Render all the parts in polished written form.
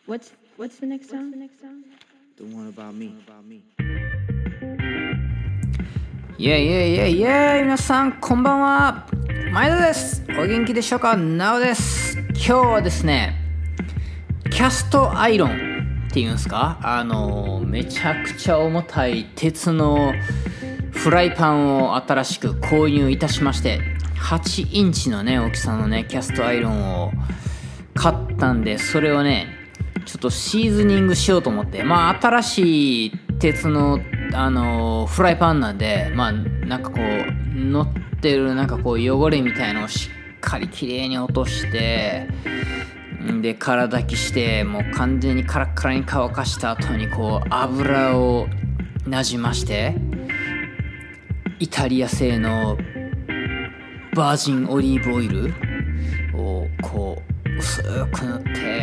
What's the next song? The one about me. イエイイエイイエイイエイ、皆さんこんばんは、前田です。お元気でしょうか。なおです。今日はですね、キャストアイロンっていうんですか、めちゃくちゃ重たい鉄のフライパンを新しく購入いたしまして、8インチのね大きさのねキャストアイロンを買ったんで、それをねちょっとシーズニングしようと思って、新しい鉄のフライパンなんで、なんかこう乗ってるなんかこう汚れみたいのをしっかりきれいに落として、で空炊きして、もう完全にカラッカラに乾かした後にこう油をなじまして、イタリア製のバージンオリーブオイルをこう薄く塗って、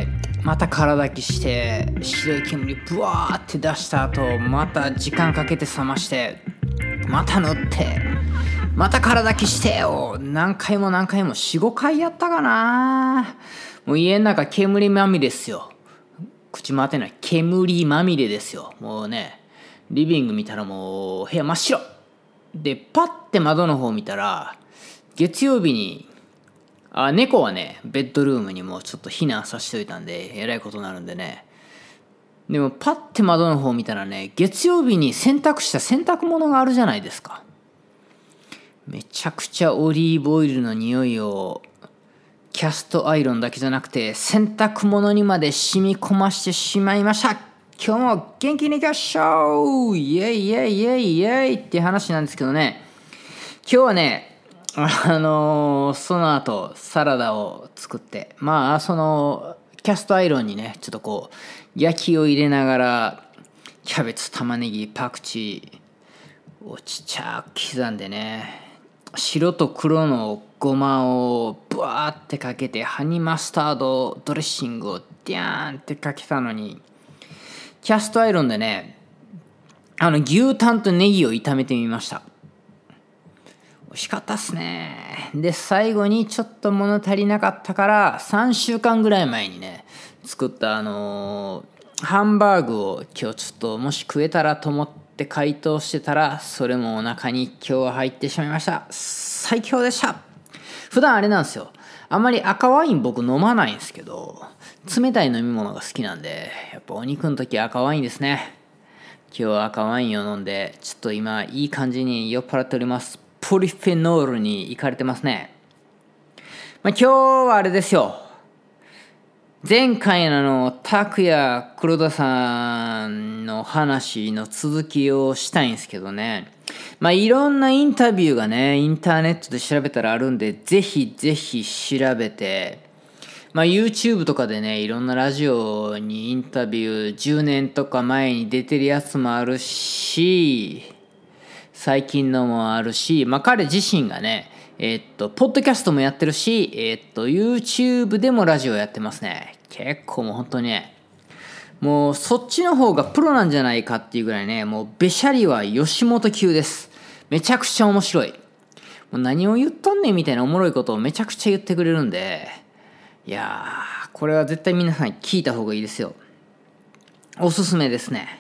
また空炊きして白い煙ブワーって出した後、また時間かけて冷まして、また塗ってまた空炊きしてを何回も 4,5 回やったかな。もう家の中煙まみれですよ。口回ってない、煙まみれですよ。もうね、リビング見たらもう部屋真っ白で、パッて窓の方見たら月曜日に猫はねベッドルームにもちょっと避難させておいたんでえらいことになるんでね。でもパッて窓の方見たらね、月曜日に洗濯した洗濯物があるじゃないですか。めちゃくちゃオリーブオイルの匂いをキャストアイロンだけじゃなくて洗濯物にまで染み込ましてしまいました。今日も元気にいきましょう。イエイイエイイエイイエイって話なんですけどね、今日はねその後サラダを作って、そのキャストアイロンにねちょっとこう焼きを入れながら、キャベツ、玉ねぎ、パクチーをちっちゃく刻んでね、白と黒のごまをブワーってかけて、ハニーマスタードドレッシングをデャーンってかけたのに、キャストアイロンでね牛タンとネギを炒めてみました。美味しかったっすね。で最後にちょっと物足りなかったから、3週間ぐらい前にね作ったハンバーグを今日ちょっともし食えたらと思って解凍してたら、それもお腹に今日は入ってしまいました。最強でした。普段あれなんですよ、あんまり赤ワイン僕飲まないんですけど、冷たい飲み物が好きなんで、やっぱお肉の時は赤ワインですね。今日は赤ワインを飲んで、ちょっと今いい感じに酔っ払っております。ポリフェノールに行かれてますね。今日はあれですよ、前回の拓也黒田さんの話の続きをしたいんですけどね、いろんなインタビューがねインターネットで調べたらあるんで、ぜひぜひ調べて、YouTube とかでねいろんなラジオにインタビュー10年とか前に出てるやつもあるし、最近のもあるし、彼自身がねポッドキャストもやってるし、YouTube でもラジオやってますね。結構もう本当にね、もうそっちの方がプロなんじゃないかっていうぐらいね、もうべしゃりは吉本級です。めちゃくちゃ面白い。もう何を言っとんねんみたいなおもろいことをめちゃくちゃ言ってくれるんで、いやーこれは絶対皆さん聞いた方がいいですよ。おすすめですね。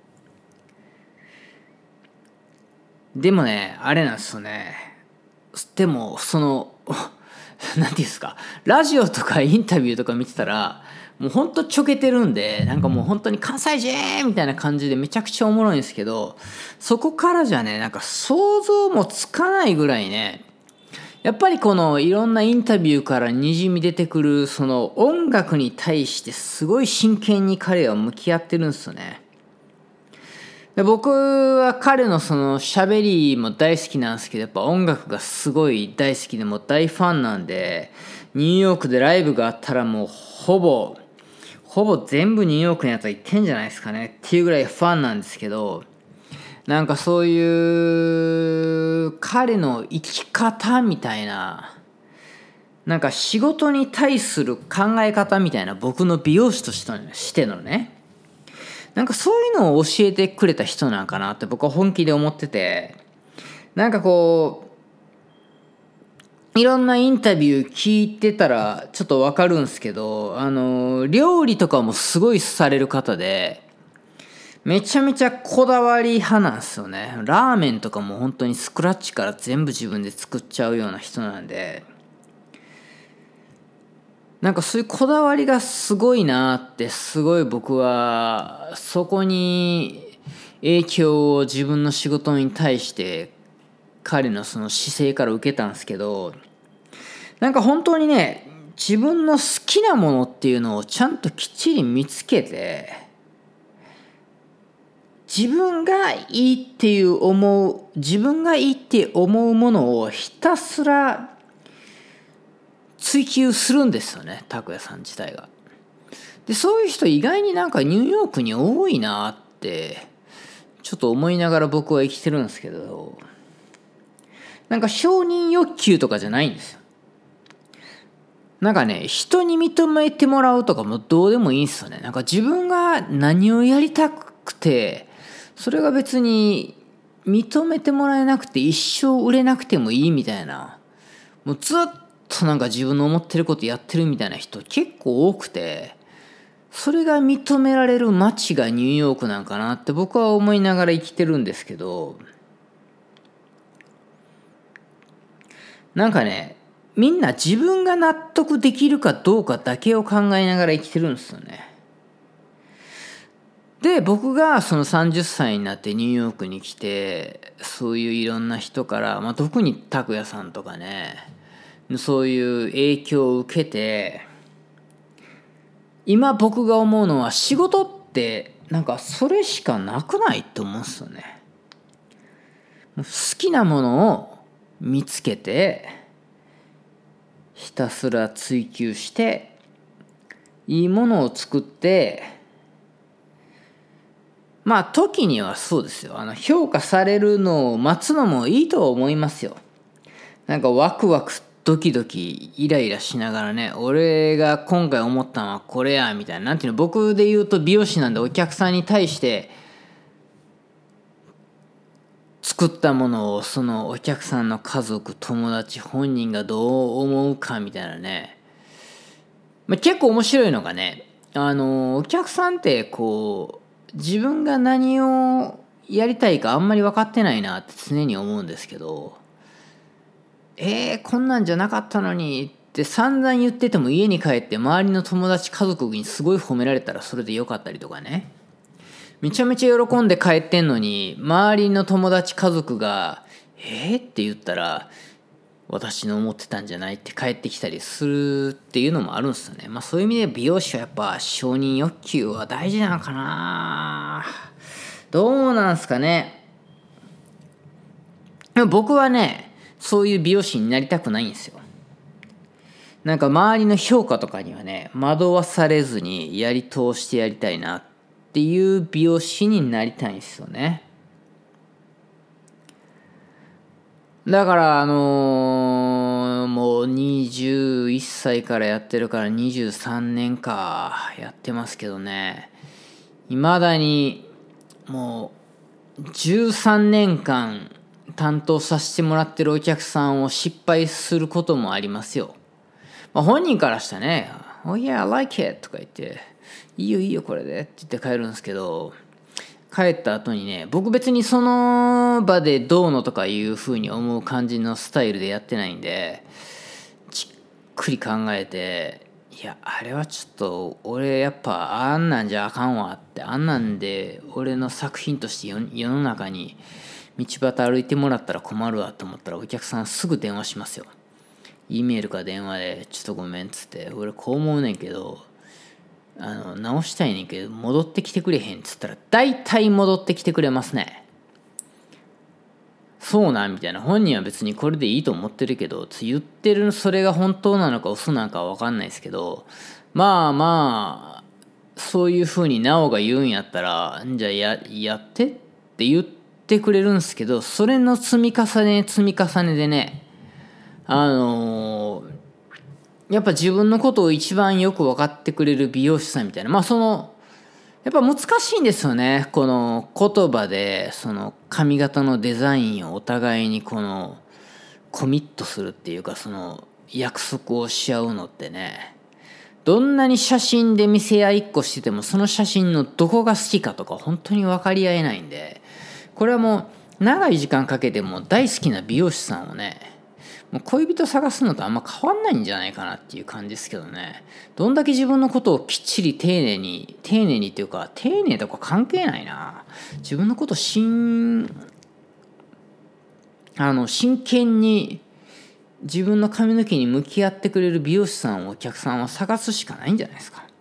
でもねあれなんですよね。でもなんていうんですか、ラジオとかインタビューとか見てたらもうほんとちょけてるんで、なんかもう本当に関西人みたいな感じでめちゃくちゃおもろいんですけど、そこからじゃねなんか想像もつかないぐらいね、やっぱりこのいろんなインタビューからにじみ出てくるその音楽に対してすごい真剣に彼は向き合ってるんですよね。で僕は彼のその喋りも大好きなんですけど、やっぱ音楽がすごい大好きでもう大ファンなんで、ニューヨークでライブがあったらもうほぼ全部ニューヨークのやつは行ってんじゃないですかねっていうぐらいファンなんですけど、なんかそういう彼の生き方みたいな、なんか仕事に対する考え方みたいな、僕の美容師としてのね、なんかそういうのを教えてくれた人なんかなって僕は本気で思ってて、なんかこいろんなインタビュー聞いてたらちょっとわかるんですけど、料理とかもすごいされる方で、めちゃめちゃこだわり派なんですよね。ラーメンとかも本当にスクラッチから全部自分で作っちゃうような人なんで、なんかそういうこだわりがすごいなって、すごい僕はそこに影響を自分の仕事に対して彼のその姿勢から受けたんですけど、なんか本当にね、自分の好きなものっていうのをちゃんときっちり見つけて、自分がいいって思うものをひたすら追求するんですよね、拓也さん自体が。で、そういう人意外になんかニューヨークに多いなってちょっと思いながら僕は生きてるんですけど、なんか承認欲求とかじゃないんですよ。なんかね、人に認めてもらうとかもどうでもいいんですよね。なんか自分が何をやりたくて、それが別に認めてもらえなくて一生売れなくてもいいみたいな、もうずっとなんか自分の思ってることやってるみたいな人結構多くて、それが認められる街がニューヨークなんかなって僕は思いながら生きてるんですけど、なんかね、みんな自分が納得できるかどうかだけを考えながら生きてるんですよね。で、僕がその30歳になってニューヨークに来て、そういういろんな人から、特に拓也さんとかね、そういう影響を受けて、今僕が思うのは、仕事ってなんかそれしかなくないと思うんですよね。好きなものを見つけて、ひたすら追求して、いいものを作って、時にはそうですよ。評価されるのを待つのもいいとは思いますよ。なんかワクワクドキドキイライラしながらね、俺が今回思ったのはこれやみたいな、なんていうの、僕で言うと美容師なんで、お客さんに対して作ったものをそのお客さんの家族、友達、本人がどう思うかみたいなね。結構面白いのがね、お客さんってこう自分が何をやりたいかあんまり分かってないなって常に思うんですけど、こんなんじゃなかったのにって散々言ってても、家に帰って周りの友達家族にすごい褒められたらそれでよかったりとかね、めちゃめちゃ喜んで帰ってんのに周りの友達家族がって言ったら、私の思ってたんじゃないって帰ってきたりするっていうのもあるんですよね。そういう意味で美容師はやっぱ承認欲求は大事なのかな。どうなんすかね。でも僕はね、そういう美容師になりたくないんですよ。なんか周りの評価とかにはね、惑わされずにやり通してやりたいなっていう美容師になりたいんですよね。だからもう21歳からやってるから23年かやってますけどね、未だにもう13年間担当させてもらってるお客さんを失敗することもありますよ。本人からしたらね、「Oh yeah, I like it」とか言って、いいよいいよこれでって言って帰るんですけど、帰った後にね、僕別にその場でどうのとかいう風に思う感じのスタイルでやってないんで、じっくり考えて、いやあれはちょっと俺やっぱあんなんじゃあかんわって、あんなんで俺の作品として世の中に道端歩いてもらったら困るわと思ったら、お客さんすぐ電話しますよ。 E メールか電話で、ちょっとごめんっつって、俺こう思うねんけど直したいねんけど戻ってきてくれへんっつったら、大体戻ってきてくれますね。そうなんみたいな、本人は別にこれでいいと思ってるけど、言ってるそれが本当なのか嘘なのかは分かんないですけど、そういう風になおが言うんやったら、じゃあやってって言ってくれるんですけど、それの積み重ねでね、やっぱ自分のことを一番よく分かってくれる美容師さんみたいな、やっぱ難しいんですよね。この言葉でその髪型のデザインをお互いにこのコミットするっていうか、その約束をし合うのってね、どんなに写真で見せ合いっこしててもその写真のどこが好きかとか本当に分かり合えないんで、これはもう長い時間かけても大好きな美容師さんをね、もう恋人探すのとあんま変わんないんじゃないかなっていう感じですけどね。どんだけ自分のことをきっちり丁寧にっていうか、丁寧とか関係ないな。自分のこと真剣に自分の髪の毛に向き合ってくれる美容師さんをお客さんは探すしかないんじゃないですか。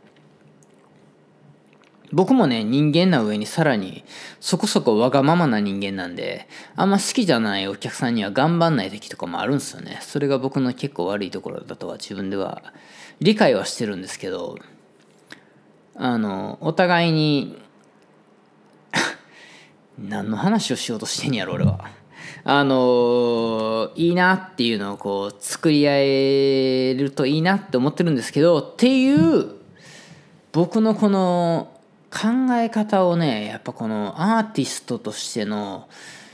僕もね、人間な上にさらにそこそこわがままな人間なんで、あんま好きじゃないお客さんには頑張んない時とかもあるんですよね。それが僕の結構悪いところだとは自分では理解はしてるんですけど、お互いに何の話をしようとしてんやろ俺は。いいなっていうのをこう作り合えるといいなって思ってるんですけど、っていう僕のこの考え方をね、やっぱこのアーティストとしての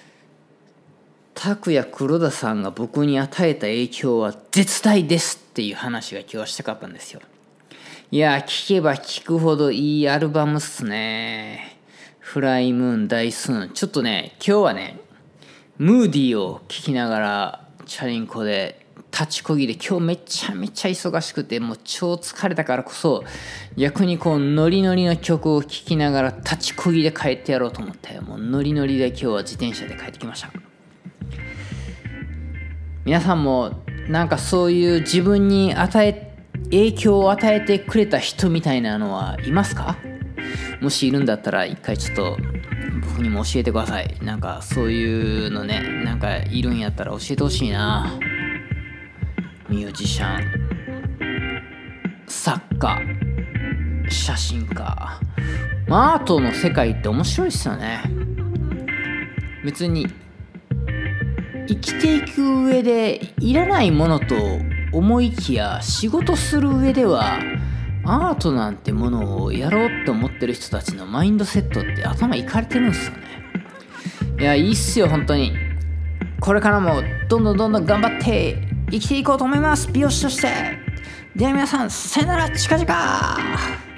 拓也黒田さんが僕に与えた影響は絶大ですっていう話が今日はしたかったんですよ。いや、聞けば聞くほどいいアルバムっすね。フライムーン大スーン。ちょっとね、今日はね、ムーディーを聴きながらチャリンコで立ちこぎで、今日めちゃめちゃ忙しくてもう超疲れたからこそ、逆にこうノリノリの曲を聴きながら立ちこぎで帰ってやろうと思って、もうノリノリで今日は自転車で帰ってきました。皆さんもなんかそういう自分に影響を与えてくれた人みたいなのはいますか？もしいるんだったら一回ちょっと僕にも教えてください。なんかそういうのね、なんかいるんやったら教えてほしいな。ミュージシャン、作家、写真家、アートの世界って面白いっすよね。別に生きていく上でいらないものと思いきや、仕事する上ではアートなんてものをやろうって思ってる人たちのマインドセットって頭いかれてるんですよね。いや、いいっすよ本当に。これからもどんどん頑張って生きていこうと思います、美容師として。では皆さん、さよなら、近々。